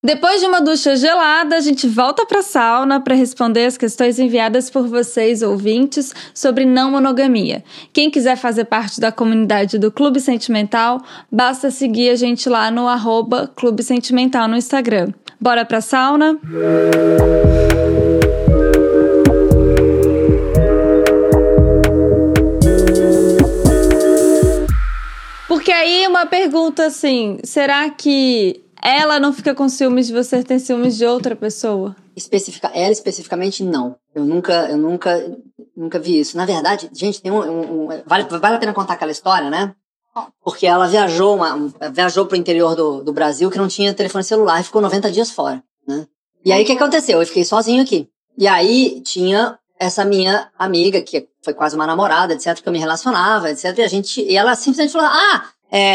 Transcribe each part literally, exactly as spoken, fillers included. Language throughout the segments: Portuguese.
Depois de uma ducha gelada, a gente volta para a sauna para responder as questões enviadas por vocês, ouvintes, sobre não monogamia. Quem quiser fazer parte da comunidade do Clube Sentimental, basta seguir a gente lá no arroba Clube Sentimental no Instagram. Bora pra sauna? Porque aí uma pergunta assim, será que ela não fica com ciúmes de você ter ciúmes de outra pessoa? Especifica, ela especificamente não. Eu nunca, eu nunca, nunca vi isso. Na verdade, gente, tem um, um, um vale, vale a pena contar aquela história, né? Porque ela viajou, uma, um, viajou pro interior do, do Brasil que não tinha telefone celular e ficou noventa dias fora, né? E aí o que aconteceu? Eu fiquei sozinho aqui. E aí tinha essa minha amiga, que foi quase uma namorada, etcétera, que eu me relacionava, etcétera. E a gente, e ela simplesmente falou, ah,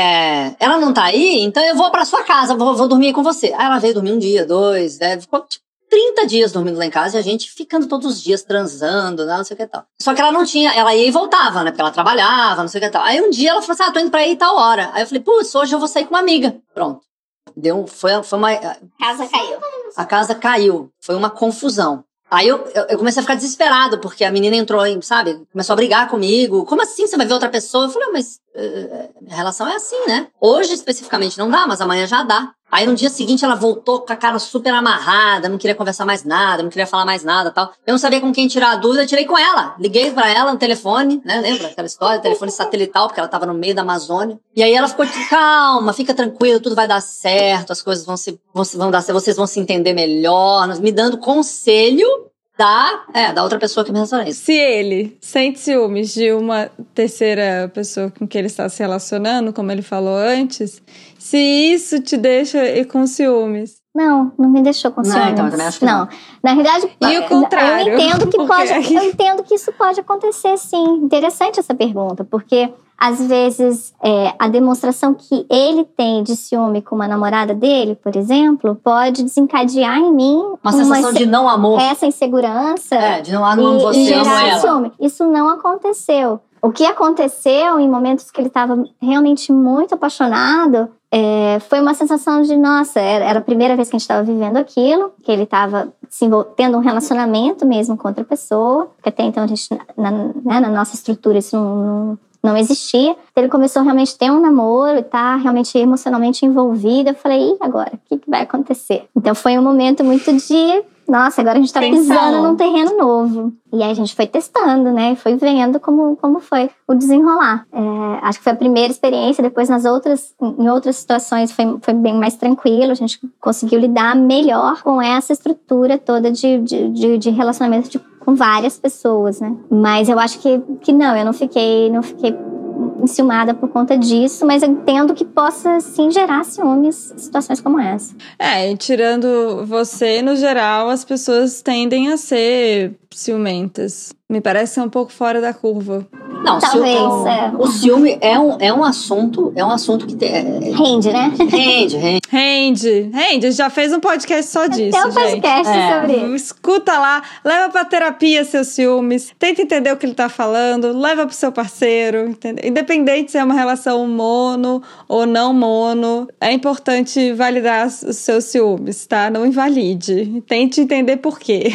É, ela não tá aí, então eu vou pra sua casa, vou, vou dormir com você. Aí ela veio dormir um dia, dois, né, ficou tipo trinta dias dormindo lá em casa e a gente ficando todos os dias transando, né, não sei o que e tal. Só que ela não tinha, ela ia e voltava, né, porque ela trabalhava, não sei o que e tal. Aí um dia ela falou assim, ah, tô indo pra aí tal hora. Aí eu falei, putz, hoje eu vou sair com uma amiga. Pronto. Deu um, foi, foi uma... A casa caiu. A casa caiu. Foi uma confusão. Aí eu, eu, eu comecei a ficar desesperado, porque a menina entrou em, sabe, começou a brigar comigo. Como assim você vai ver outra pessoa? Eu falei, mas uh, minha relação é assim, né? Hoje, especificamente, não dá, mas amanhã já dá. Aí no dia seguinte ela voltou com a cara super amarrada, não queria conversar mais nada, não queria falar mais nada e tal. Eu não sabia com quem tirar a dúvida, tirei com ela. Liguei pra ela no telefone, né? Lembra aquela história? Telefone satelital, porque ela tava no meio da Amazônia. E aí ela ficou, calma, fica tranquila, tudo vai dar certo, as coisas vão, se, vão, vão dar certo, vocês vão se entender melhor, me dando conselho da, é, da outra pessoa que me relaciona. Se ele sente ciúmes de uma terceira pessoa com quem ele está se relacionando, como ele falou antes, se isso te deixa com ciúmes. Não, não me deixou com ciúmes. Não, então, eu também acho que não. não. Na realidade, e o contrário? Eu entendo que pode, eu entendo que isso pode acontecer, sim. Interessante essa pergunta, porque às vezes é, a demonstração que ele tem de ciúme com uma namorada dele, por exemplo, pode desencadear em mim uma, uma sensação de não amor, essa insegurança, é, de não amo e, você, e gerar amo ela. ciúme. Isso não aconteceu. O que aconteceu em momentos que ele estava realmente muito apaixonado é, foi uma sensação de, nossa, era, era a primeira vez que a gente estava vivendo aquilo, que ele estava tendo um relacionamento mesmo com outra pessoa, porque até então a gente, na, né, na nossa estrutura isso não, não, não existia. Então ele começou realmente a ter um namoro e tá realmente emocionalmente envolvido. Eu falei, e agora? O que, que vai acontecer? Então foi um momento muito de... Nossa, agora a gente tá pisando num terreno novo. E aí a gente foi testando, né? Foi vendo como, como foi o desenrolar. É, acho que foi a primeira experiência. Depois, nas outras, em outras situações, foi, foi bem mais tranquilo. A gente conseguiu lidar melhor com essa estrutura toda de, de, de, de relacionamento de, com várias pessoas, né? Mas eu acho que, que não, eu não fiquei, não fiquei enciumada por conta disso, mas eu entendo que possa, sim, gerar ciúmes em situações como essa. É, tirando você, no geral, as pessoas tendem a ser ciumentas. Me parece ser um pouco fora da curva. Não, talvez, ciúme, é. O ciúme é um, é um assunto, é um assunto que tem... É, rende, né? Rende, rende. Rende, rende. Já fez um podcast só disso, Tem um podcast gente. É. sobre isso. Escuta lá, leva pra terapia seus ciúmes, tenta entender o que ele tá falando, leva pro seu parceiro, entendeu? Independente se é uma relação mono ou não mono, é importante validar os seus ciúmes, tá? Não invalide. Tente entender por quê.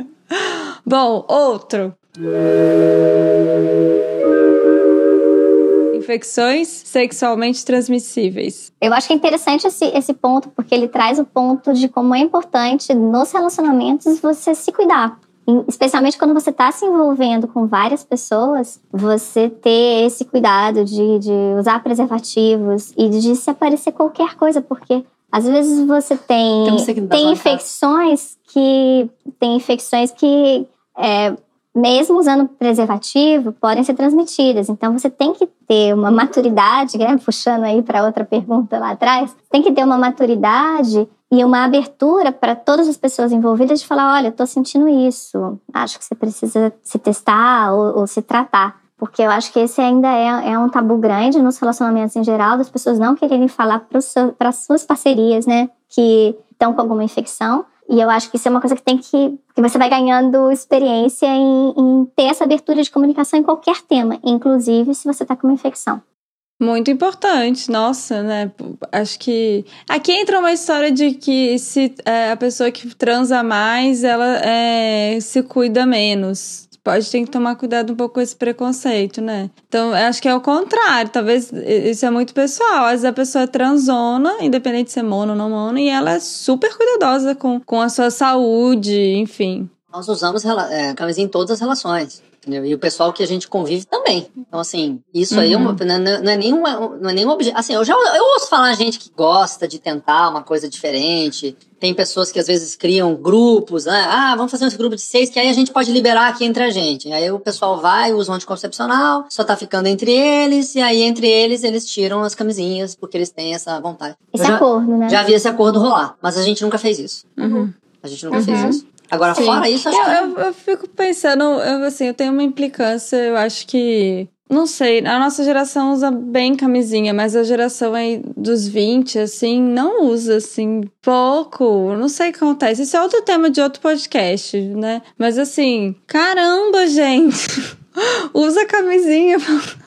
Bom, outro. Infecções sexualmente transmissíveis. Eu acho que é interessante esse, esse ponto, porque ele traz o ponto de como é importante nos relacionamentos você se cuidar. Especialmente quando você está se envolvendo com várias pessoas, você ter esse cuidado de, de usar preservativos e de se aparecer qualquer coisa, porque às vezes você tem, tem infecções que tem infecções que é, mesmo usando preservativo, podem ser transmitidas. Então, você tem que ter uma maturidade, né? Puxando aí para outra pergunta lá atrás, tem que ter uma maturidade e uma abertura para todas as pessoas envolvidas de falar, olha, eu tô sentindo isso, acho que você precisa se testar ou, ou se tratar. Porque eu acho que esse ainda é, é um tabu grande nos relacionamentos em geral, das pessoas não quererem falar para as suas parcerias, né, que estão com alguma infecção. E eu acho que isso é uma coisa que tem que... que você vai ganhando experiência em, em ter essa abertura de comunicação em qualquer tema, inclusive se você está com uma infecção. Muito importante, nossa, né? Acho que aqui entra uma história de que se é, a pessoa que transa mais, ela é, se cuida menos. Pode ter que tomar cuidado um pouco com esse preconceito, né? Então, acho que é o contrário. Talvez isso é muito pessoal. Às vezes a pessoa é transona, independente de ser mono ou não mono, e ela é super cuidadosa com, com a sua saúde, enfim. Nós usamos é, camisinha em todas as relações. Entendeu? E o pessoal que a gente convive também. Então, assim, isso uhum. aí é uma, não, não é nenhuma, não é nenhum objetivo. Assim, eu já eu ouço falar gente que gosta de tentar uma coisa diferente. Tem pessoas que às vezes criam grupos, né? Ah, vamos fazer um grupo de seis, que aí a gente pode liberar aqui entre a gente. Aí o pessoal vai, usa um anticoncepcional, só tá ficando entre eles, e aí entre eles eles tiram as camisinhas, porque eles têm essa vontade. Esse eu já, acordo, né? Já vi esse acordo rolar, mas a gente nunca fez isso. Uhum. A gente nunca uhum. fez isso. Agora, Sim. fora isso, acho eu, que... Eu, eu fico pensando, eu, assim, eu tenho uma implicância, eu acho que... Não sei, a nossa geração usa bem camisinha, mas a geração aí dos vinte, assim, não usa, assim, pouco. Não sei o que acontece. Isso é outro tema de outro podcast, né? Mas, assim, caramba, gente... Usa camisinha.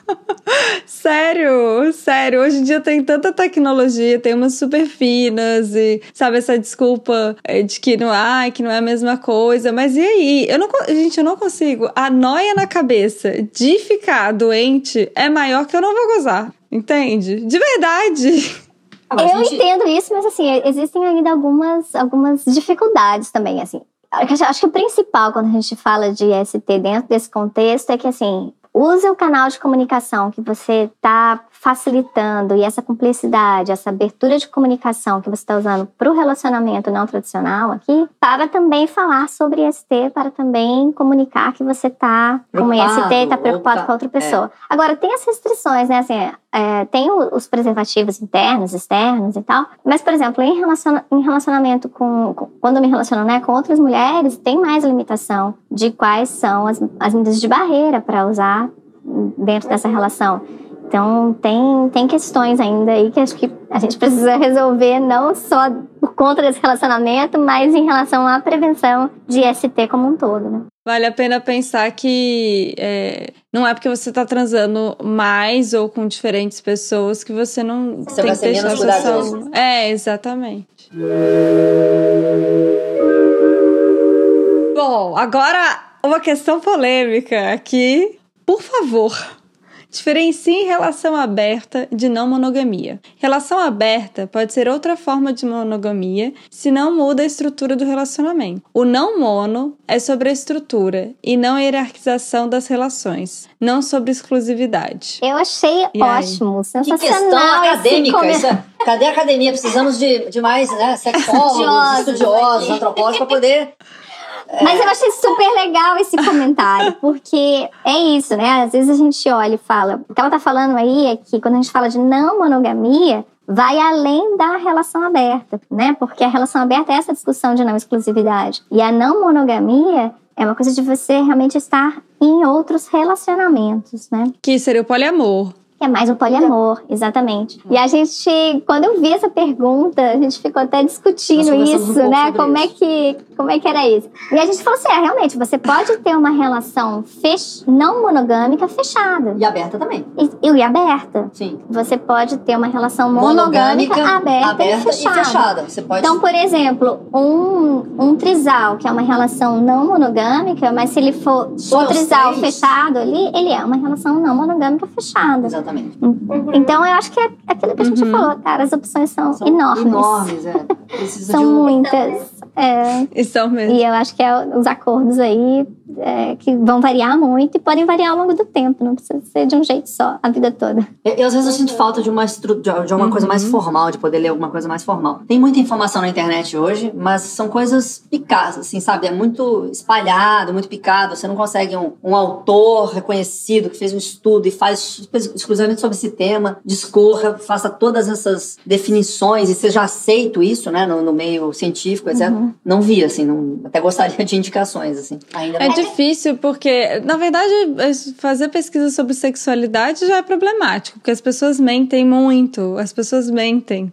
Sério, sério. Hoje em dia tem tanta tecnologia, tem umas super finas e, sabe, essa desculpa de que não, ah, que não é a mesma coisa. Mas e aí? Eu não, gente, eu não consigo. A noia na cabeça de ficar doente é maior que eu não vou gozar. Entende? De verdade. Eu gente... entendo isso, mas assim, existem ainda algumas, algumas dificuldades também, assim. Acho que o principal quando a gente fala de I S T dentro desse contexto é que, assim, use o canal de comunicação que você está facilitando e essa cumplicidade, essa abertura de comunicação que você está usando para o relacionamento não tradicional aqui, para também falar sobre I S T, para também comunicar que você está com I S T e está preocupado com a outra pessoa. É. Agora, tem as restrições, né? Assim, é, tem os preservativos internos, externos e tal, mas, por exemplo, em, relaciona, em relacionamento com, com... Quando eu me relaciono, né, com outras mulheres, tem mais limitação de quais são as, as medidas de barreira para usar dentro dessa relação. Então, tem, tem questões ainda aí que acho que a gente precisa resolver, não só por conta desse relacionamento, mas em relação à prevenção de I S T como um todo, né? Vale a pena pensar que é, não é porque você está transando mais ou com diferentes pessoas que você não você tem que deixar sua saúde. É, exatamente. Bom, agora uma questão polêmica aqui. Por favor, diferencie relação aberta de não monogamia. Relação aberta pode ser outra forma de monogamia se não muda a estrutura do relacionamento. O não mono é sobre a estrutura e não a hierarquização das relações, não sobre exclusividade. Eu achei e ótimo, aí? Sensacional. Que questão acadêmica. Come... Isso é... Cadê a academia? Precisamos de, de mais né, sexólogos, estudiosos, antropólogos para poder... Mas eu achei super legal esse comentário, porque é isso, né? Às vezes a gente olha e fala... O que ela tá falando aí é que quando a gente fala de não monogamia, vai além da relação aberta, né? Porque a relação aberta é essa discussão de não exclusividade. E a não monogamia é uma coisa de você realmente estar em outros relacionamentos, né? Que seria o poliamor. É mais o poliamor, exatamente. E a gente, quando eu vi essa pergunta, a gente ficou até discutindo isso, um né? Como isso. é que, como é que era isso? E a gente falou assim, é, realmente, você pode ter uma relação fech... não monogâmica fechada. E aberta também. E, e aberta. Sim. Você pode ter uma relação monogâmica, monogâmica aberta, aberta e fechada. E fechada. Você pode... Então, por exemplo, um, um trisal, que é uma relação não monogâmica, mas se ele for Só um trisal três. fechado ali, ele é uma relação não monogâmica fechada. Exatamente. Então, eu acho que é aquilo que a gente uhum. falou, cara, as opções são, são enormes. Enormes, é. Precisa são de um... muitas. É. E são mesmo. E eu acho que é os acordos aí é, que vão variar muito e podem variar ao longo do tempo, não precisa ser de um jeito só, a vida toda. Eu, eu às vezes eu sinto falta de uma, estru... de uma uhum. coisa mais formal, de poder ler alguma coisa mais formal. Tem muita informação na internet hoje, mas são coisas picadas, assim, sabe? É muito espalhado, muito picado. Você não consegue um, um autor reconhecido que fez um estudo e faz exclusivamente sobre esse tema, discorra, faça todas essas definições e seja aceito isso, né, no, no meio científico, etcétera. Uhum. Não vi, assim, não, até gostaria de indicações, assim. Ainda é mais... difícil porque, na verdade, fazer pesquisa sobre sexualidade já é problemático, porque as pessoas mentem muito, as pessoas mentem.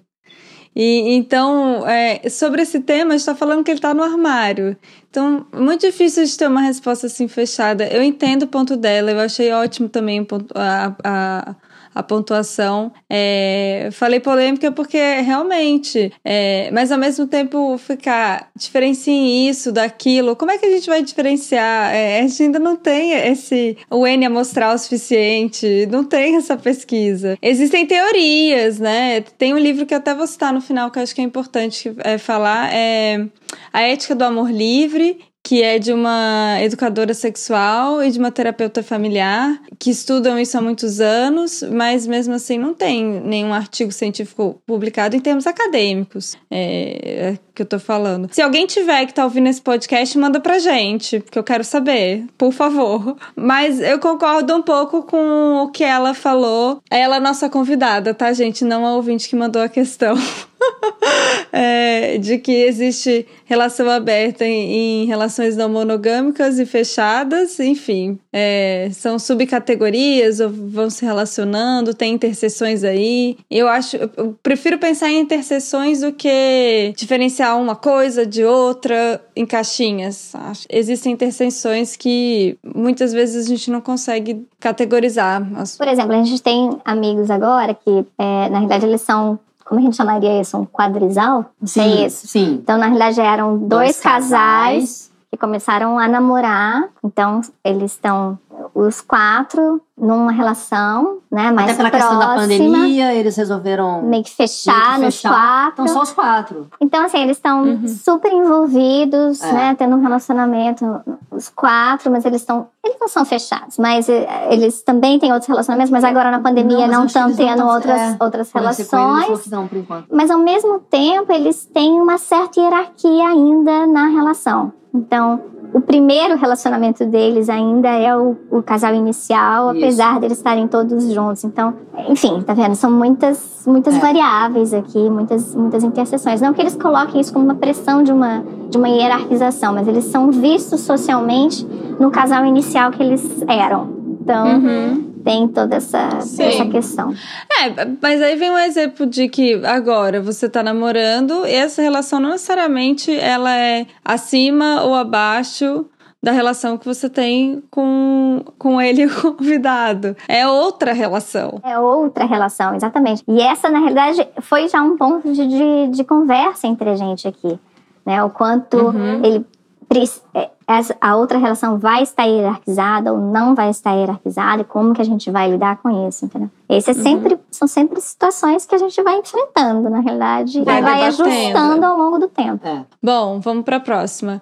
E, então, é, sobre esse tema, a gente está falando que ele está no armário. Então, muito difícil de ter uma resposta assim fechada. Eu entendo o ponto dela, eu achei ótimo também a, a, a pontuação. É, falei polêmica porque realmente, é, mas ao mesmo tempo ficar, diferenciem isso daquilo, como é que a gente vai diferenciar? É, a gente ainda não tem esse, o N amostral o suficiente, não tem essa pesquisa. Existem teorias, né? Tem um livro que eu até vou citar no final, que eu acho que é importante é, falar, é A Ética do Amor Livre, que é de uma educadora sexual e de uma terapeuta familiar, que estudam isso há muitos anos, mas mesmo assim não tem nenhum artigo científico publicado em termos acadêmicos, é, é que eu tô falando. Se alguém tiver que tá ouvindo esse podcast, manda pra gente, porque eu quero saber, por favor. Mas eu concordo um pouco com o que ela falou. Ela é nossa convidada, tá, gente? Não a ouvinte que mandou a questão. É, de que existe relação aberta em, em relações não monogâmicas e fechadas, enfim, é, são subcategorias ou vão se relacionando, tem interseções aí. Eu acho, eu prefiro pensar em interseções do que diferenciar uma coisa de outra em caixinhas. Acho, existem interseções que muitas vezes a gente não consegue categorizar. Por exemplo, a gente tem amigos agora que, é, na realidade, eles são, como a gente chamaria isso? Um quadrisal? Não sei Sim, isso. sim. Então, na realidade, eram dois, Dois casais, casais que começaram a namorar. Então, eles estão os quatro numa relação, né, mais Até pela próxima. questão da pandemia, eles resolveram Meio que fechar, meio que nos fechar. quatro. Então, só os quatro. Então, assim, eles estão Uhum. super envolvidos, É. né, tendo um relacionamento, os quatro, mas eles estão, eles não são fechados, mas eh, eles também têm outros relacionamentos, mas agora na pandemia mas não acho que estão eles não tendo tão- outras, é, outras Conversei com ele, ele falou relações, que não, por enquanto. mas ao mesmo tempo eles têm uma certa hierarquia ainda na relação. Então, o primeiro relacionamento deles ainda é o, o casal inicial, Isso. apesar deles estarem todos juntos. Então, enfim, tá vendo? São muitas, muitas É. variáveis aqui, muitas, muitas interseções. Não que eles coloquem isso como uma pressão de uma, de uma hierarquização, mas eles são vistos socialmente no casal inicial que eles eram. Então, Uhum. tem toda essa, Sim. essa questão. É, mas aí vem um exemplo de que agora você tá namorando e essa relação não necessariamente ela é acima ou abaixo da relação que você tem com, com ele convidado. É outra relação. É outra relação, exatamente. E essa, na realidade, foi já um ponto de, de, de conversa entre a gente aqui, né? O quanto Uhum. ele... Essa, a outra relação vai estar hierarquizada ou não vai estar hierarquizada e como que a gente vai lidar com isso, entendeu? Esse é sempre, uhum. São sempre situações que a gente vai enfrentando, na realidade, Vai e vai debatendo. ajustando ao longo do tempo. É. Bom, vamos para a próxima.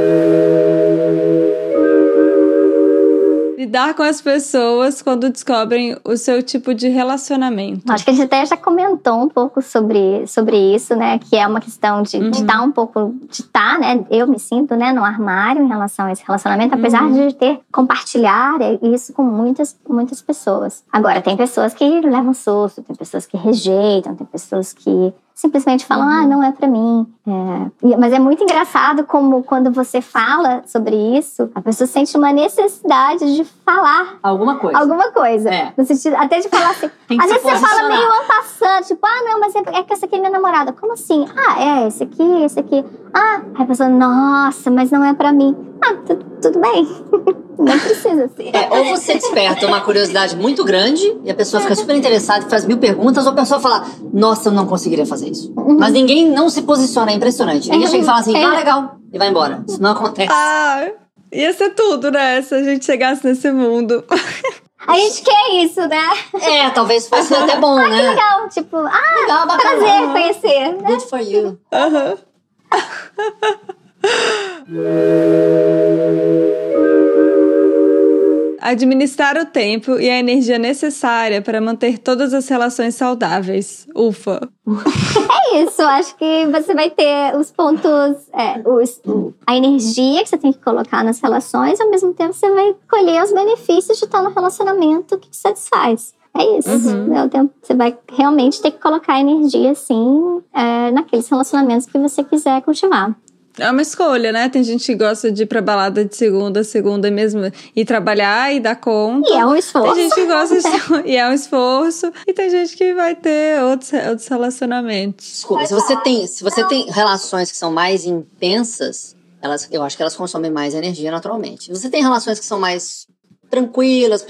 Lidar com as pessoas quando descobrem o seu tipo de relacionamento. Acho que a gente até já comentou um pouco sobre, sobre isso, né? Que é uma questão de Uhum. estar um pouco... De estar, né? Eu me sinto, né? No armário em relação a esse relacionamento. Apesar Uhum. de ter... Compartilhar isso com muitas, muitas pessoas. Agora, tem pessoas que levam susto. Tem pessoas que rejeitam. Tem pessoas que... simplesmente falam, Uhum. ah, não é pra mim. É. Mas é muito engraçado como quando você fala sobre isso, a pessoa sente uma necessidade de falar Alguma coisa. alguma coisa. É. No sentido, até de falar assim. Tem que Às se vezes você fala posicionar. meio en passant, tipo, ah, não, mas é, é que essa aqui é minha namorada. Como assim? Ah, é, esse aqui, esse aqui. Ah, aí a pessoa, nossa, mas não é pra mim. Ah, tu, tudo bem. Não precisa ser. É, ou você desperta uma curiosidade muito grande e a pessoa fica super interessada e faz mil perguntas, ou a pessoa fala, nossa, eu não conseguiria fazer isso. Uhum. Mas ninguém não se posiciona, é impressionante. Ninguém chega e fala assim, É. ah, legal, e vai embora. Isso não acontece. Ah, ia ser tudo, né? Se a gente chegasse nesse mundo. A gente quer isso, né? É, talvez fosse até bom, Que né? legal, tipo, ah, Legal, bacana. prazer conhecer, né? Good for you. Aham. Administrar o tempo e a energia necessária para manter todas as relações saudáveis. Ufa! É isso, acho que você vai ter os pontos, é, os, a energia que você tem que colocar nas relações, ao mesmo tempo você vai colher os benefícios de estar no relacionamento que te satisfaz. É isso. Uhum. É o tempo, você vai realmente ter que colocar energia, sim, é, naqueles relacionamentos que você quiser cultivar. É uma escolha, né? Tem gente que gosta de ir pra balada de segunda a segunda mesmo e trabalhar e dar conta. E é um esforço. Tem gente que gosta de... e é um esforço. E tem gente que vai ter outros, outros relacionamentos. Desculpa, se você tem, se você tem relações que são mais intensas, elas, eu acho que elas consomem mais energia naturalmente. Se você tem relações que são mais tranquilas, por exemplo,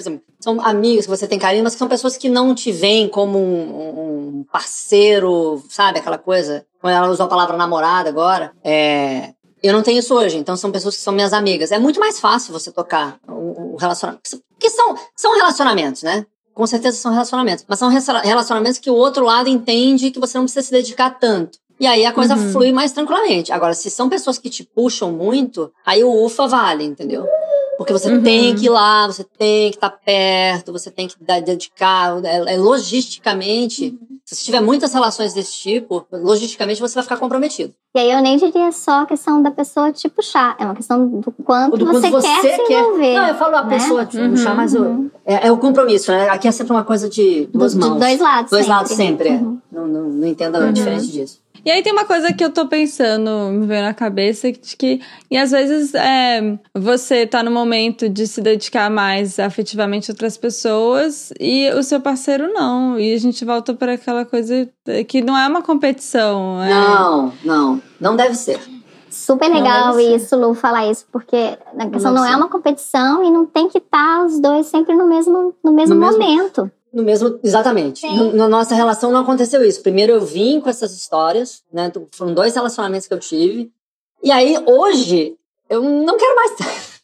são amigos que você tem carinho, mas que são pessoas que não te veem como um, um parceiro, sabe? Aquela coisa. Quando ela usou a palavra namorada agora, é... eu não tenho isso hoje, então são pessoas que são minhas amigas. É muito mais fácil você tocar o, o relacionamento. Porque são, são relacionamentos, né? Com certeza são relacionamentos. Mas são relacionamentos que o outro lado entende que você não precisa se dedicar tanto. E aí a coisa uhum. flui mais tranquilamente. Agora, se são pessoas que te puxam muito, aí o ufa vale, entendeu? Porque você uhum. tem que ir lá, você tem que estar perto, você tem que dedicar. É, é, logisticamente, uhum. se você tiver muitas relações desse tipo, logisticamente você vai ficar comprometido. E aí eu nem diria só a questão da pessoa te puxar, é uma questão do quanto, do você, você quer se envolver. Não, eu falo a né? pessoa te uhum. puxar, mas eu, é, é o compromisso, né? Aqui é sempre uma coisa de duas do, mãos. De dois lados Dois sempre. lados sempre, uhum. é. Não, não, não entendo a uhum. diferença disso. E aí tem uma coisa que eu tô pensando, me veio na cabeça, de que e às vezes é, você tá no momento de se dedicar mais afetivamente a outras pessoas e o seu parceiro não. E a gente volta para aquela coisa que não é uma competição. É... Não, não. Não deve ser. Super legal isso, Lu, falar isso, porque a questão não, não é uma competição e não tem que estar os dois sempre no mesmo, no mesmo no momento. Mesmo... No mesmo, exatamente. No, na nossa relação não aconteceu isso. Primeiro eu vim com essas histórias, né? Foram dois relacionamentos que eu tive. E aí, hoje, eu não quero mais.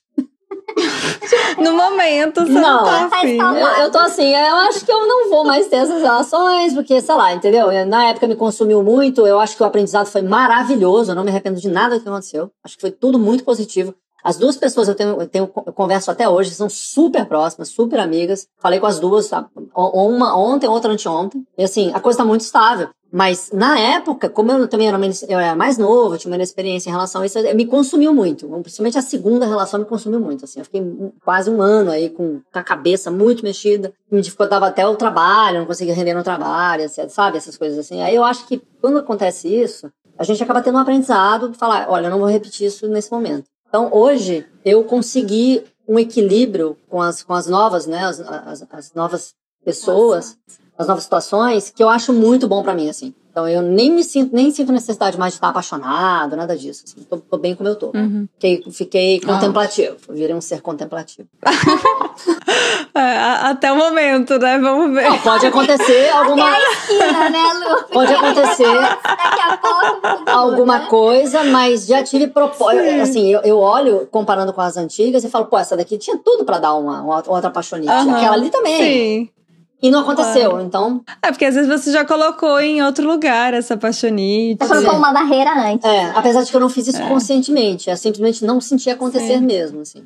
No momento, você não, não tá afim. Eu, eu tô assim, eu acho que eu não vou mais ter essas relações, porque, sei lá, entendeu? Na época me consumiu muito, eu acho que o aprendizado foi maravilhoso, eu não me arrependo de nada do que aconteceu. Acho que foi tudo muito positivo. As duas pessoas eu tenho, eu tenho eu converso até hoje, são super próximas, super amigas. Falei com as duas, uma ontem, outra anteontem. E assim, a coisa tá muito estável. Mas na época, como eu também era, eu era mais novo, eu tinha uma experiência em relação a isso, me consumiu muito. Principalmente a segunda relação me consumiu muito. Assim, eu fiquei quase um ano aí com a cabeça muito mexida. Me dificultava até o trabalho, não conseguia render no trabalho, sabe? Essas coisas assim. Aí eu acho que quando acontece isso, a gente acaba tendo um aprendizado de falar, olha, eu não vou repetir isso nesse momento. Então, hoje, eu consegui um equilíbrio com as, com as novas, né, as, as, as novas pessoas, as novas situações, que eu acho muito bom pra mim, assim. Então, eu nem me sinto, nem sinto necessidade mais de estar apaixonado, nada disso, assim. Tô, tô bem como eu tô. Uhum. Fiquei, fiquei contemplativo, virei um ser contemplativo. É, até o momento, né? Vamos ver. Não, pode acontecer alguma... Até a esquina, né, Lu? Pode acontecer... Daqui a pouco... alguma né? coisa, mas já tive propósito. Assim, eu, eu olho, comparando com as antigas, e falo, pô, essa daqui tinha tudo pra dar uma, uma outra apaixonite. Uhum. Aquela ali também. Sim. E não aconteceu, claro. Então... É, porque às vezes você já colocou em outro lugar essa apaixonite. Você colocou uma barreira antes. É, apesar de que eu não fiz isso é. conscientemente. Eu simplesmente não senti acontecer Sim. mesmo, assim.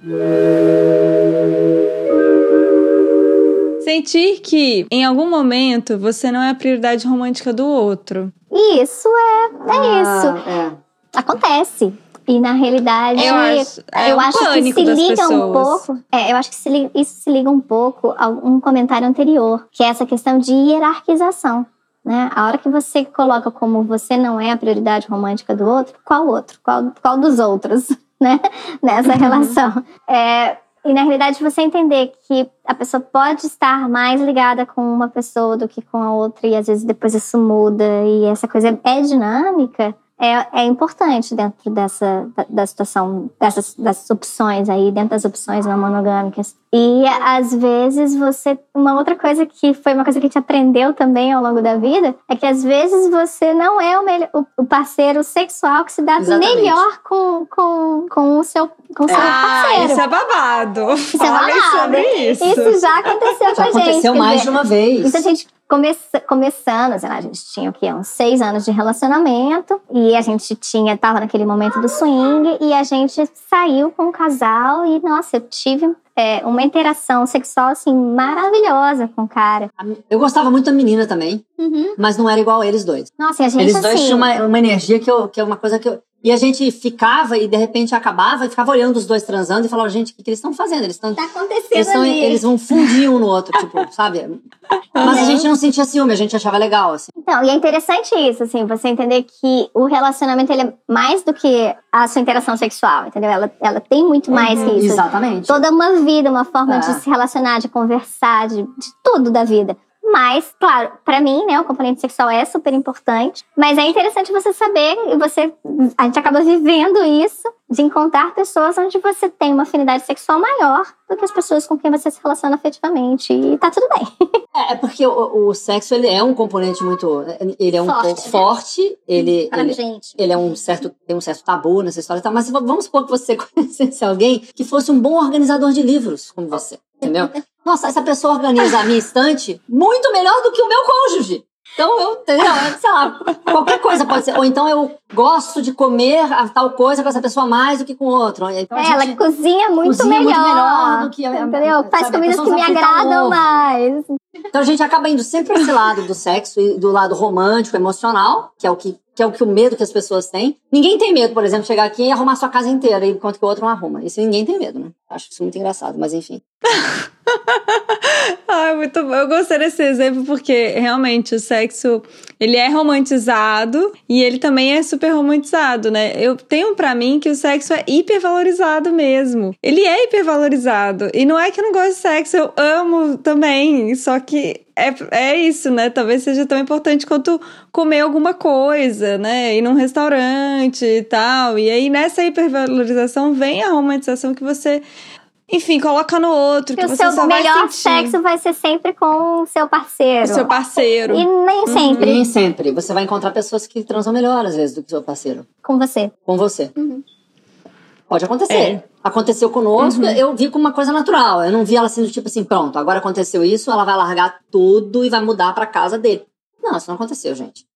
Sentir que, em algum momento, você não é a prioridade romântica do outro. Isso é, é ah, isso. É. Acontece. E na realidade, eu acho, é eu um acho que se liga pessoas. um pouco. É, eu acho que se liga, isso se liga um pouco a um comentário anterior, que é essa questão de hierarquização. Né? A hora que você coloca como você não é a prioridade romântica do outro, qual outro? Qual, qual dos outros? Né? Nessa uhum. relação. É, e na realidade você entender que a pessoa pode estar mais ligada com uma pessoa do que com a outra, e às vezes depois isso muda, e essa coisa é dinâmica. É, é importante dentro dessa da, da situação, dessas, dessas opções aí, dentro das opções não monogâmicas. E às vezes você... Uma outra coisa que foi uma coisa que a gente aprendeu também ao longo da vida, é que às vezes você não é o, melhor, o, o parceiro sexual que se dá Exatamente. melhor com, com, com o seu, com o seu ah, parceiro. Isso é babado. Isso é babado. Sobre isso. Isso já aconteceu já com a gente. aconteceu mais dizer, de uma vez. Isso a gente... Come, começando, sei lá, a gente tinha o quê? Uns seis anos de relacionamento, e a gente tinha, tava naquele momento do swing, e a gente saiu com um casal, e nossa, eu tive é, uma interação sexual, assim, maravilhosa com o cara. Eu gostava muito da menina também, uhum. mas não era igual a eles dois. Nossa, e a gente, eles dois assim, tinham uma, uma energia que, eu, que é uma coisa que eu... E a gente ficava e de repente acabava e ficava olhando os dois transando e falava, gente, o que, que eles estão fazendo? Eles estão... Tá acontecendo eles, tão, ali. Eles vão fundir um no outro, tipo, sabe? Mas a gente não sentia ciúme, a gente achava legal, assim. Então, e é interessante isso, assim, você entender que o relacionamento, ele é mais do que a sua interação sexual, entendeu? Ela, ela tem muito mais uhum, que isso. Exatamente. Toda uma vida, uma forma é. de se relacionar, de conversar, de, de tudo da vida. Mas, claro, pra mim, né, o componente sexual é super importante. Mas é interessante você saber, e você, a gente acaba vivendo isso. de encontrar pessoas onde você tem uma afinidade sexual maior do que as pessoas com quem você se relaciona afetivamente. E tá tudo bem. É, é porque o, o sexo, ele é um componente muito... Ele é um Forte, pouco né? forte. Ele, Pra ele, gente. ele é um certo... Tem um certo tabu nessa história e tal. Mas vamos supor que você conhecesse alguém que fosse um bom organizador de livros, como você. Entendeu? Nossa, essa pessoa organiza a minha estante muito melhor do que o meu cônjuge. Então, eu, entendeu? Sei lá, qualquer coisa pode ser. Ou então eu gosto de comer a tal coisa com essa pessoa mais do que com outra. Então, É, ela cozinha muito cozinha melhor. muito melhor do que a, entendeu? a, Faz sabe, comidas que me agradam mais. Então a gente acaba indo sempre para esse lado do sexo e do lado romântico, emocional, que é o que, que é o que o medo que as pessoas têm. Ninguém tem medo, por exemplo, de chegar aqui e arrumar sua casa inteira, enquanto que o outro não arruma. Isso ninguém tem medo, né? Acho isso muito engraçado, mas enfim. Ai, muito bom. Eu gostei desse exemplo porque realmente o sexo, ele é romantizado e ele também é super romantizado, né? Eu tenho pra mim que o sexo é hipervalorizado mesmo. Ele é hipervalorizado. E não é que eu não gosto de sexo, eu amo também. Só que é, é isso, né? Talvez seja tão importante quanto comer alguma coisa, né? Ir num restaurante e tal. E aí nessa hipervalorização vem a romantização que você... Enfim, coloca no outro, que, que você o seu só vai sentir. O melhor sexo vai ser sempre com o seu parceiro. O seu parceiro. E nem sempre. Uhum. Nem sempre. Você vai encontrar pessoas que transam melhor, às vezes, do que o seu parceiro. Com você. Com você. Uhum. Pode acontecer. É. Aconteceu conosco, Uhum. eu vi como uma coisa natural. Eu não vi ela sendo tipo assim, pronto, agora aconteceu isso, ela vai largar tudo e vai mudar pra casa dele. Não, isso não aconteceu, gente.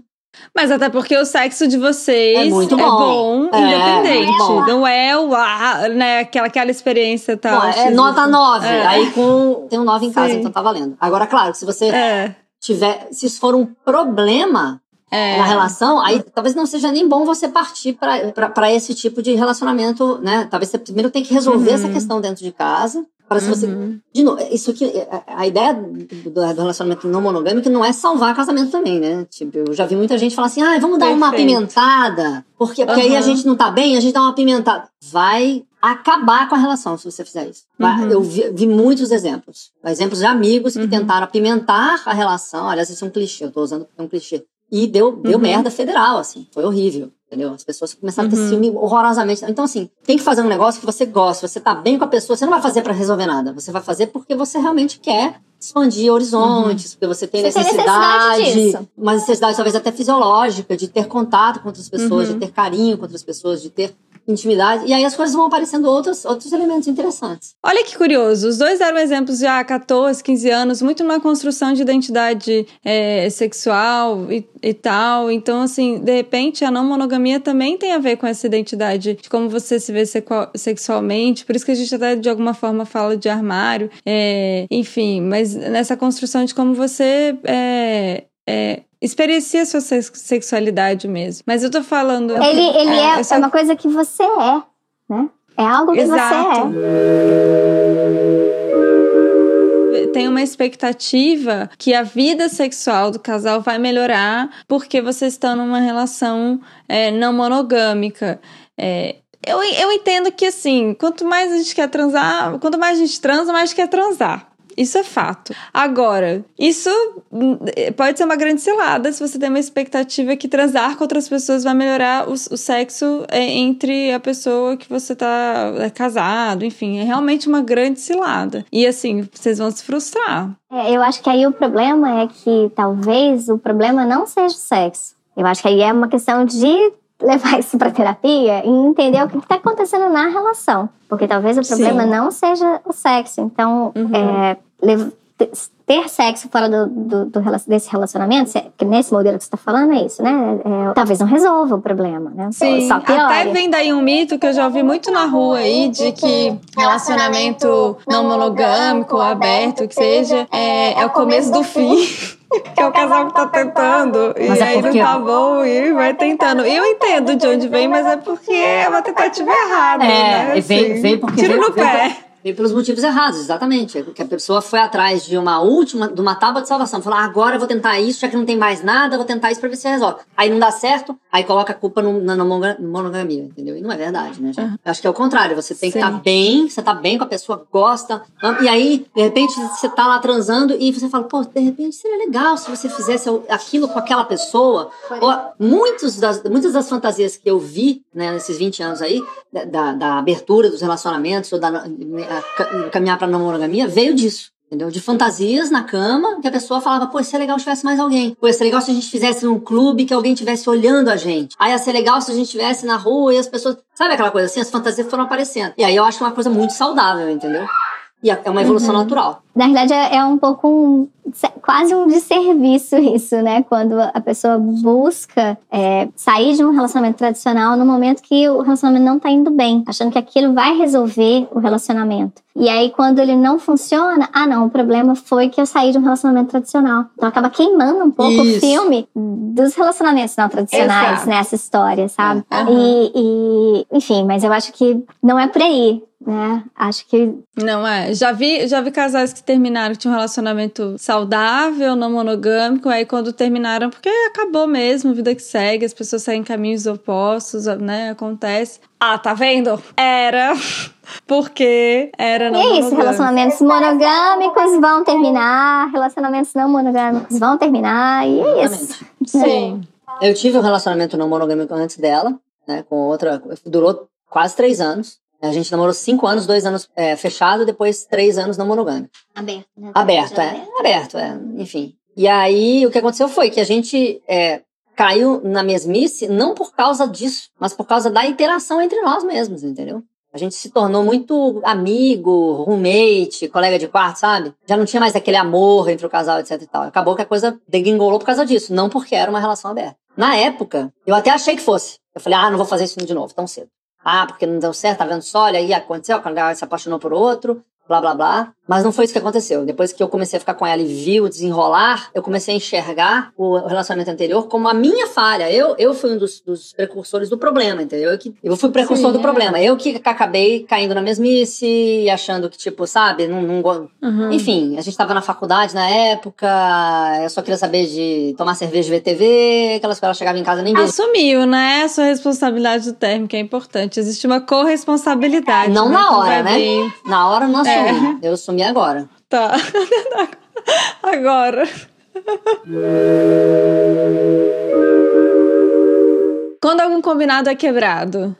Mas até porque o sexo de vocês é muito bom, é bom é, independente. É bom. Não é o ah, né, aquela, aquela experiência tal. Bom, é nota nove. É. Aí com. Tem um nove em casa, Sim. então tá valendo. Agora, claro, se você É. tiver. Se isso for um problema É. na relação, aí talvez não seja nem bom você partir pra, pra, pra esse tipo de relacionamento, né? Talvez você primeiro tenha que resolver Uhum. essa questão dentro de casa. Para se você. Uhum. De novo, isso aqui, a ideia do, do relacionamento não monogâmico não é salvar casamento também, né? Tipo, eu já vi muita gente falar assim, ah, vamos dar uma Perfeito. apimentada, porque, porque Uhum. aí a gente não tá bem, a gente dá uma apimentada. Vai acabar com a relação se você fizer isso. Vai, Uhum. Eu vi, vi muitos exemplos. Exemplos de amigos que Uhum. tentaram apimentar a relação. Aliás, isso é um clichê, eu tô usando porque é um clichê. E deu, deu Uhum. merda merda federal, assim. Foi horrível. Entendeu? As pessoas começaram Uhum. a ter ciúme horrorosamente. Então, assim, tem que fazer um negócio que você gosta, você tá bem com a pessoa. Você não vai fazer pra resolver nada. Você vai fazer porque você realmente quer expandir horizontes, uhum. porque você tem você necessidade, tem necessidade disso. uma necessidade talvez até fisiológica, de ter contato com outras pessoas, Uhum. de ter carinho com outras pessoas, de ter intimidade. E aí as coisas vão aparecendo outros, outros elementos interessantes. Olha que curioso, os dois eram exemplos já há catorze, quinze anos, muito numa construção de identidade é, sexual e, e tal. Então, assim, de repente, a não monogamia também tem a ver com essa identidade de como você se vê sequal, sexualmente. Por isso que a gente até, de alguma forma, fala de armário. É, enfim, mas nessa construção de como você... É, é, experiencia a sua sexualidade mesmo. Mas eu tô falando... Ele, ele é, é, só... é uma coisa que você é, né? É algo que Exato. você é. Tem uma expectativa que a vida sexual do casal vai melhorar porque vocês estão numa relação é, não monogâmica. É, eu, eu entendo que, assim, quanto mais a gente quer transar, quanto mais a gente transa, mais a gente quer transar. Isso é fato. Agora, isso pode ser uma grande cilada se você tem uma expectativa que transar com outras pessoas vai melhorar o, o sexo entre a pessoa que você tá é, casado, enfim, é realmente uma grande cilada. E assim, vocês vão se frustrar. É, eu acho que aí o problema é que talvez o problema não seja o sexo. Eu acho que aí é uma questão de levar isso pra terapia e entender o que está acontecendo na relação. Porque talvez o problema Sim. não seja o sexo. Então, uhum. é, ter sexo fora do, do, do, desse relacionamento, que nesse modelo que você está falando é isso, né? É, talvez não resolva o problema, né? Sim, só até vem daí um mito que eu já ouvi muito na rua aí, de que relacionamento não monogâmico ou aberto, que seja, é, é o começo do fim. Que é o casal que tá tentando, e mas aí é porque... não tá bom, e vai tentando. E eu entendo de onde vem, mas é porque é uma tentativa errada, é, né? Assim, vem, vem porque tiro vem, no vem, pé. Veio pelos motivos errados, exatamente. Porque a pessoa foi atrás de uma última, de uma tábua de salvação. Falou, ah, agora eu vou tentar isso, já que não tem mais nada, eu vou tentar isso pra ver se resolve. Aí não dá certo, aí coloca a culpa no, na, na monogamia, entendeu? E não é verdade, né, gente? Uhum. Eu acho que é o contrário. Você tem que estar tá bem, você tá bem com a pessoa, gosta. E aí, de repente, você tá lá transando e você fala, pô, de repente seria legal se você fizesse aquilo com aquela pessoa. Ou, muitos das, muitas das fantasias que eu vi, né, nesses vinte anos aí, da, da abertura dos relacionamentos, ou da a, caminhar pra não monogamia, veio disso. Entendeu? De fantasias na cama, que a pessoa falava, pô, ia ser legal se tivesse mais alguém. Pô, ia ser legal se a gente fizesse num clube que alguém estivesse olhando a gente. Aí ia ser legal se a gente estivesse na rua e as pessoas... Sabe aquela coisa assim? As fantasias foram aparecendo. E aí eu acho uma coisa muito saudável, entendeu? E é uma evolução uhum. natural. Na realidade, é um pouco um, quase um desserviço isso, né? Quando a pessoa busca é, sair de um relacionamento tradicional no momento que o relacionamento não tá indo bem, achando que aquilo vai resolver o relacionamento. E aí, quando ele não funciona, ah, não, o problema foi que eu saí de um relacionamento tradicional. Então, acaba queimando um pouco isso. o filme dos relacionamentos não tradicionais Exato. Nessa história, sabe? Uhum. E, e, enfim, mas eu acho que não é por aí. Né? Acho que... Não é. Já vi, já vi casais que terminaram, que tinham um relacionamento saudável, não monogâmico, aí quando terminaram, porque acabou mesmo, vida que segue, as pessoas saem em caminhos opostos, né? Acontece. Ah, tá vendo? Era... Porque era não monogâmico. E é isso, relacionamentos monogâmicos vão terminar, relacionamentos não monogâmicos vão terminar, e é isso. Sim. Eu tive um relacionamento não monogâmico antes dela, né? Com outra... Durou quase três anos. A gente namorou cinco anos, dois anos é, fechado, depois três anos não monogâmico. Aberto, né? Aberto, é. Aberto, é. Enfim. E aí, o que aconteceu foi que a gente é, caiu na mesmice, não por causa disso, mas por causa da interação entre nós mesmos, entendeu? A gente se tornou muito amigo, roommate, colega de quarto, sabe? Já não tinha mais aquele amor entre o casal, etc e tal. Acabou que a coisa degringolou por causa disso, não porque era uma relação aberta. Na época, eu até achei que fosse. Eu falei, ah, não vou fazer isso de novo, tão cedo. Ah, porque não deu certo, tá vendo só? Olha aí, aconteceu, quando ela se apaixonou por outro, blá, blá, blá. Mas não foi isso que aconteceu. Depois que eu comecei a ficar com ela e vi o desenrolar, eu comecei a enxergar o relacionamento anterior como a minha falha. Eu, eu fui um dos, dos precursores do problema, entendeu? Eu, que, eu fui precursor Sim, do é. problema. Eu que acabei caindo na mesmice e achando que, tipo, sabe, não... não uhum. Enfim, a gente tava na faculdade na época, eu só queria saber de tomar cerveja e ver T V, aquelas coisas, ela chegava em casa e nem via. Assumiu, né? A sua responsabilidade do término, que é importante. Existe uma corresponsabilidade. Não né? na hora, né? Vir. Na hora eu não assumi. É. Eu assumi agora. Tá. Agora. Quando algum combinado é quebrado?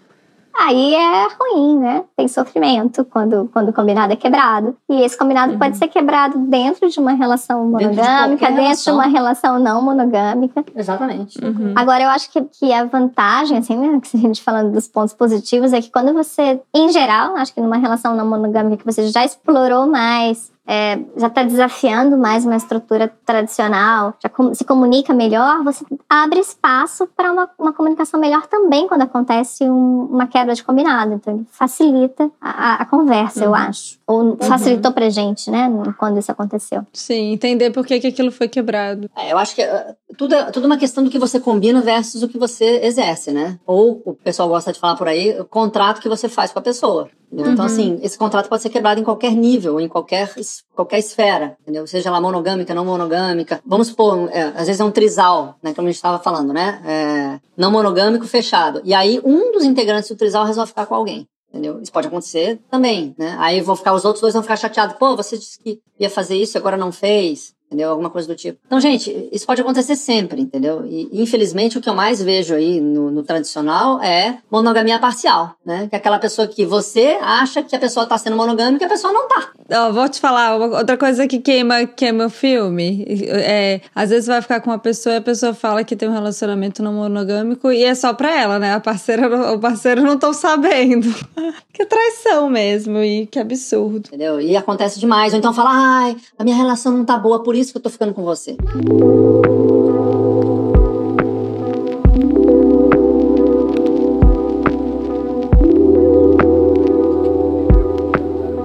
Aí é ruim, né? Tem sofrimento quando, quando o combinado é quebrado. E esse combinado uhum. pode ser quebrado dentro de uma relação monogâmica, dentro de, dentro de uma relação não monogâmica. Exatamente. Uhum. Agora, eu acho que, que a vantagem, assim, né, que a gente falando dos pontos positivos, é que quando você, em geral, acho que numa relação não monogâmica que você já explorou mais, É, já está desafiando mais uma estrutura tradicional, já com, se comunica melhor, você abre espaço para uma, uma comunicação melhor também quando acontece um, uma quebra de combinado. Então, facilita a, a conversa, uhum. eu acho. Ou uhum. facilitou pra gente, né, quando isso aconteceu. Sim, entender por que, que aquilo foi quebrado. É, eu acho que uh, tudo, é, tudo é uma questão do que você combina versus o que você exerce, né? Ou, o pessoal gosta de falar por aí, o contrato que você faz com a pessoa. Uhum. Então, assim, esse contrato pode ser quebrado em qualquer nível, em qualquer, qualquer esfera, entendeu? Seja ela monogâmica, não monogâmica. Vamos supor, é, às vezes é um trisal, né? Como a gente estava falando, né? É, não monogâmico, fechado. E aí, um dos integrantes do trisal resolve ficar com alguém, entendeu? Isso pode acontecer também, né? Aí vão ficar, os outros dois vão ficar chateados. Pô, você disse que ia fazer isso e agora não fez. Entendeu? Alguma coisa do tipo. Então, gente, isso pode acontecer sempre, entendeu? E, infelizmente, o que eu mais vejo aí no, no tradicional é monogamia parcial, né? Que é aquela pessoa que você acha que a pessoa tá sendo monogâmica e a pessoa não tá. Oh, vou te falar, outra coisa que queima, queima o filme, é, às vezes vai ficar com uma pessoa e a pessoa fala que tem um relacionamento não monogâmico e é só pra ela, né? A parceira, o parceiro não estão sabendo. Que traição mesmo, e que absurdo. Entendeu? E acontece demais. Ou então fala, ai, a minha relação não tá boa, por isso que eu tô ficando com você.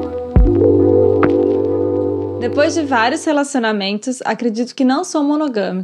Depois de vários relacionamentos, acredito que não sou monogâmica.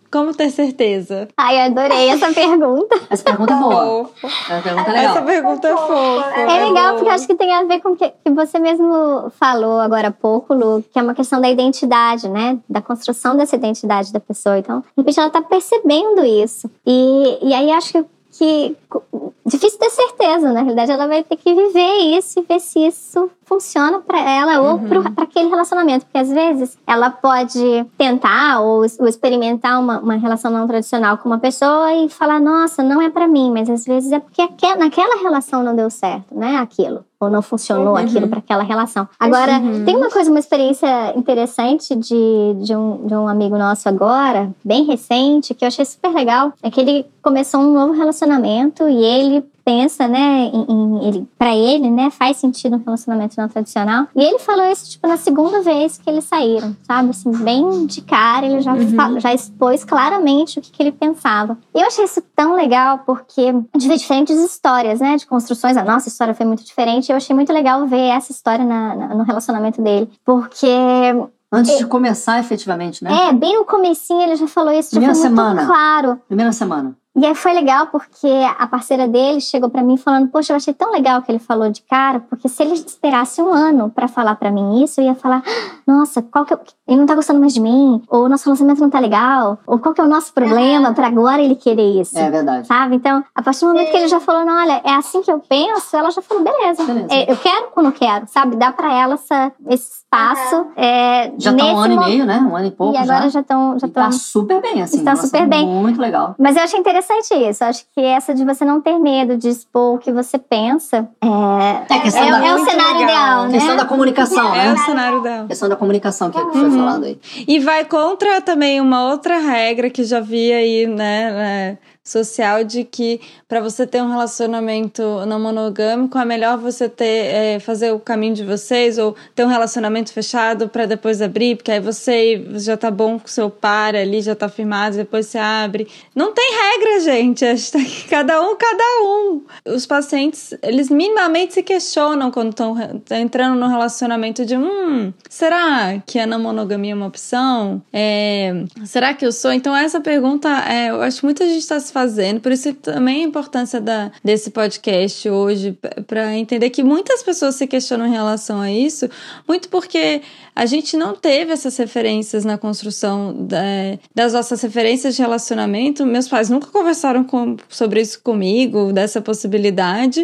Como ter certeza? Ai, eu adorei essa pergunta. Essa pergunta é boa. Essa pergunta é legal. Essa pergunta é fofa. É legal boa. porque eu acho que tem a ver com o que, que você mesmo falou agora há pouco, Lu, que é uma questão da identidade, né? Da construção dessa identidade da pessoa. Então, de repente, ela tá percebendo isso. E, e aí, acho que que difícil ter certeza, na realidade ela vai ter que viver isso e ver se isso funciona para ela ou uhum. para aquele relacionamento, porque às vezes ela pode tentar ou, ou experimentar uma, uma relação não tradicional com uma pessoa e falar, nossa, não é para mim, mas às vezes é porque aquel, naquela relação não deu certo, né, aquilo, ou não funcionou uhum. aquilo para aquela relação. Agora, uhum. tem uma coisa, uma experiência interessante de, de, um, de um amigo nosso agora, bem recente, que eu achei super legal, é que ele começou um novo relacionamento e ele pensa, né, em, em ele, pra ele, né, faz sentido um relacionamento não tradicional. E ele falou isso, tipo, na segunda vez que eles saíram, sabe? Assim, bem de cara, ele já, uhum. fa- já expôs claramente o que, que ele pensava. E eu achei isso tão legal, porque a gente vê diferentes histórias, né, de construções. A nossa história foi muito diferente. E eu achei muito legal ver essa história na, na, no relacionamento dele. Porque... Antes de começar, efetivamente, né? É, bem no comecinho ele já falou isso, Primeira tipo, muito semana. claro. Primeira semana. E aí foi legal porque a parceira dele chegou pra mim falando, poxa, eu achei tão legal que ele falou de cara, porque se ele esperasse um ano pra falar pra mim isso, eu ia falar, nossa, qual que é o... ele não tá gostando mais de mim, ou o nosso relacionamento não tá legal, ou qual que é o nosso problema pra agora ele querer isso. É verdade. Sabe? Então, a partir do momento que ele já falou, não, olha, é assim que eu penso, ela já falou, beleza, beleza. É, eu quero ou não quero, sabe? Dá pra ela essa, esse espaço. Uhum. É, já tá um ano mo- e meio, né? Um ano e pouco já. E agora já estão... Já e tá super bem, assim. Estão super bem. Muito legal. Mas eu achei interessante isso. Eu acho que essa de você não ter medo de expor o que você pensa é, é, questão é, da, é o cenário legal. ideal, né? Questão da comunicação, né? É o cenário ideal. Questão da comunicação que, que foi uhum. falado aí. E vai contra também uma outra regra que já vi aí, né, né social, de que para você ter um relacionamento não monogâmico é melhor você ter é, fazer o caminho de vocês ou ter um relacionamento fechado para depois abrir, porque aí você já tá bom com o seu par ali, já tá firmado, depois você abre. Não tem regra, gente, cada um, cada um. Os pacientes, eles minimamente se questionam quando estão entrando no relacionamento de hum, será que a não monogamia é uma opção? É, será que eu sou? Então essa pergunta, é, eu acho que muita gente está se fazendo, por isso também a importância da, desse podcast hoje, para entender que muitas pessoas se questionam em relação a isso, muito porque a gente não teve essas referências na construção da, das nossas referências de relacionamento. Meus pais nunca conversaram com, sobre isso comigo, dessa possibilidade,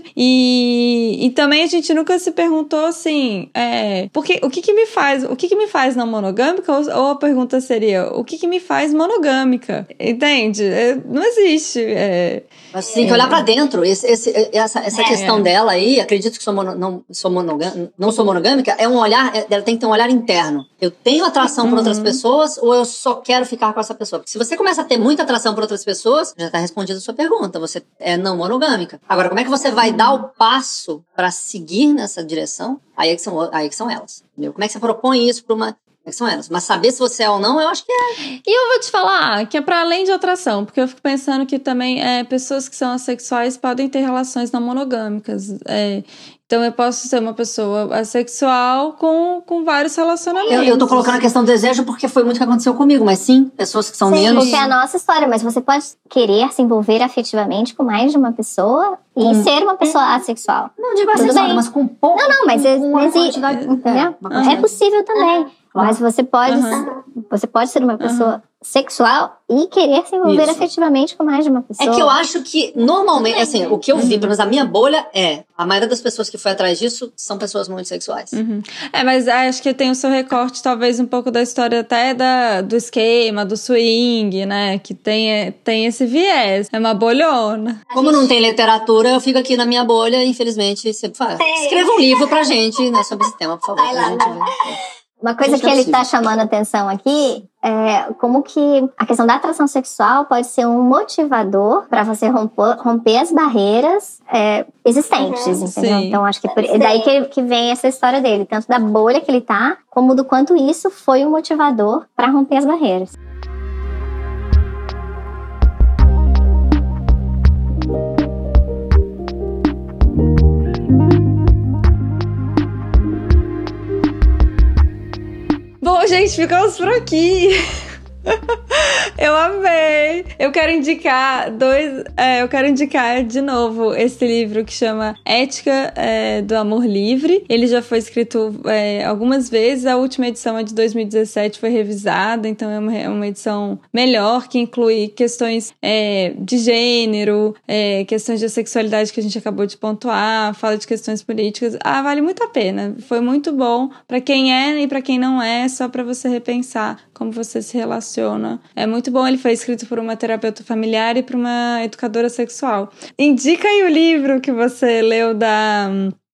e, e também a gente nunca se perguntou assim, é, porque, o que que me faz, o que que me faz não monogâmica, ou, ou a pergunta seria, o que que me faz monogâmica? Entende? É, não existe. É, Mas tem que olhar pra dentro. Esse, esse, essa essa é. questão dela aí, acredito que sou mono, não, sou monogâmica, não sou monogâmica, é um olhar, ela tem que ter um olhar interno. Eu tenho atração uhum. por outras pessoas ou eu só quero ficar com essa pessoa? Porque se você começa a ter muita atração por outras pessoas, já tá respondida a sua pergunta. Você é não monogâmica. Agora, como é que você vai dar o passo pra seguir nessa direção? Aí é que são, aí é que são elas. Entendeu? Como é que você propõe isso pra uma... são elas. Mas saber se você é ou não, eu acho que é. E eu vou te falar que é para além de atração, porque eu fico pensando que também é, pessoas que são assexuais podem ter relações não monogâmicas. É, então eu posso ser uma pessoa assexual com, com vários relacionamentos. Eu, eu tô colocando a questão do desejo porque foi muito o que aconteceu comigo, mas sim, pessoas que são sim, menos... porque é a nossa história, mas você pode querer se envolver afetivamente com mais de uma pessoa e hum. ser uma pessoa assexual. Não digo assexual, mas com pouco... Não, não, mas com, é, com mas quantidade, entendeu? É, é possível também. Claro. Mas você pode, uhum. você pode ser uma pessoa uhum. sexual e querer se envolver Isso. afetivamente com mais de uma pessoa. É que eu acho que, normalmente, assim, o que eu vi, pelo menos a minha bolha, é a maioria das pessoas que foi atrás disso são pessoas muito sexuais. Uhum. É, mas acho que tem o seu recorte, talvez, um pouco da história até da, do esquema, do swing, né? Que tem, tem esse viés. É uma bolhona. Como não tem literatura, eu fico aqui na minha bolha e, infelizmente, sempre falo. Escreva um livro pra gente, né, sobre esse tema, por favor, pra gente ver. Uma coisa que ele está chamando a atenção aqui é como que a questão da atração sexual pode ser um motivador para você romper, romper as barreiras é, existentes, uhum, entendeu? Sim. Então, acho que é daí que, que vem essa história dele, tanto da bolha que ele tá, como do quanto isso foi um motivador para romper as barreiras. Bom, gente, ficamos por aqui. Eu amei! Eu quero indicar dois. É, eu quero indicar de novo esse livro que chama Ética é, do Amor Livre. Ele já foi escrito é, algumas vezes. A última edição é de dois mil e dezessete, foi revisada, então é uma, é uma edição melhor, que inclui questões é, de gênero, é, questões de sexualidade que a gente acabou de pontuar, fala de questões políticas. Ah, vale muito a pena. Foi muito bom pra quem é e pra quem não é, só pra você repensar como você se relaciona. É muito bom, ele foi escrito por uma terapeuta familiar e por uma educadora sexual. Indica aí o livro que você leu da...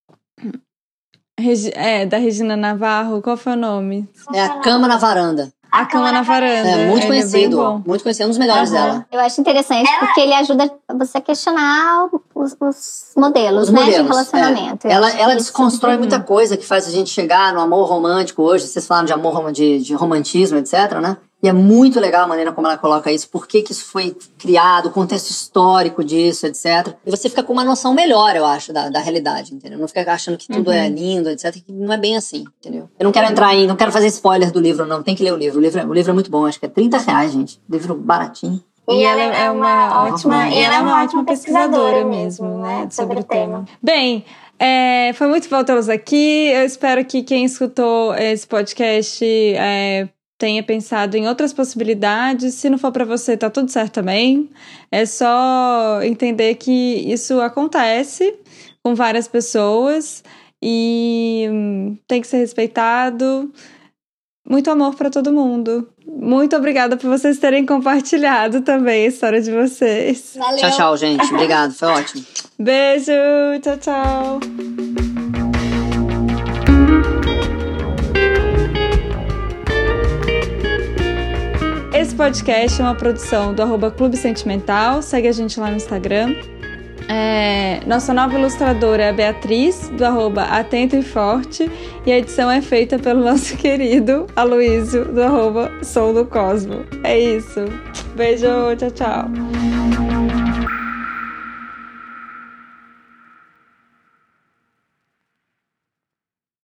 É, da Regina Navarro. Qual foi o nome? É A Cama na Varanda. A Cama na Varanda. É muito ele conhecido, é muito conhecido, é um dos melhores Uhum. dela. Eu acho interessante porque ele ajuda você a questionar os, os modelos, Os né, modelos, de relacionamento. é. Eu Ela, acho ela isso- desconstrói muita coisa que faz a gente chegar no amor romântico hoje. Vocês falaram de amor, de, de romantismo, etcétera, né? E é muito legal a maneira como ela coloca isso, por que que isso foi criado, o contexto histórico disso, etcétera. E você fica com uma noção melhor, eu acho, da, da realidade, entendeu? Não fica achando que tudo Uhum. é lindo, etcétera, que não é bem assim, entendeu? Eu não quero entrar em, não quero fazer spoiler do livro, não. Tem que ler o livro. O livro, é- o livro é muito bom, acho que é trinta reais, gente. Livro baratinho. E ela é uma ótima, e e ela é uma ótima pesquisadora mesmo, né, sobre o tema. Bem, é, foi muito bom tê-los aqui. Eu espero que quem escutou esse podcast é, tenha pensado em outras possibilidades. Se não for pra você, tá tudo certo também. É só entender que isso acontece com várias pessoas e hum, tem que ser respeitado. Muito amor pra todo mundo. Muito obrigada por vocês terem compartilhado também a história de vocês. Valeu. Tchau, tchau, gente. Obrigado, foi ótimo. Beijo, tchau, tchau. Esse podcast é uma produção do arroba Clube Sentimental. Segue a gente lá no Instagram. É, nossa nova ilustradora é a Beatriz, do arroba Atento e Forte. E a edição é feita pelo nosso querido Aloísio, do arroba Sou do Cosmo. É isso. Beijo, tchau, tchau.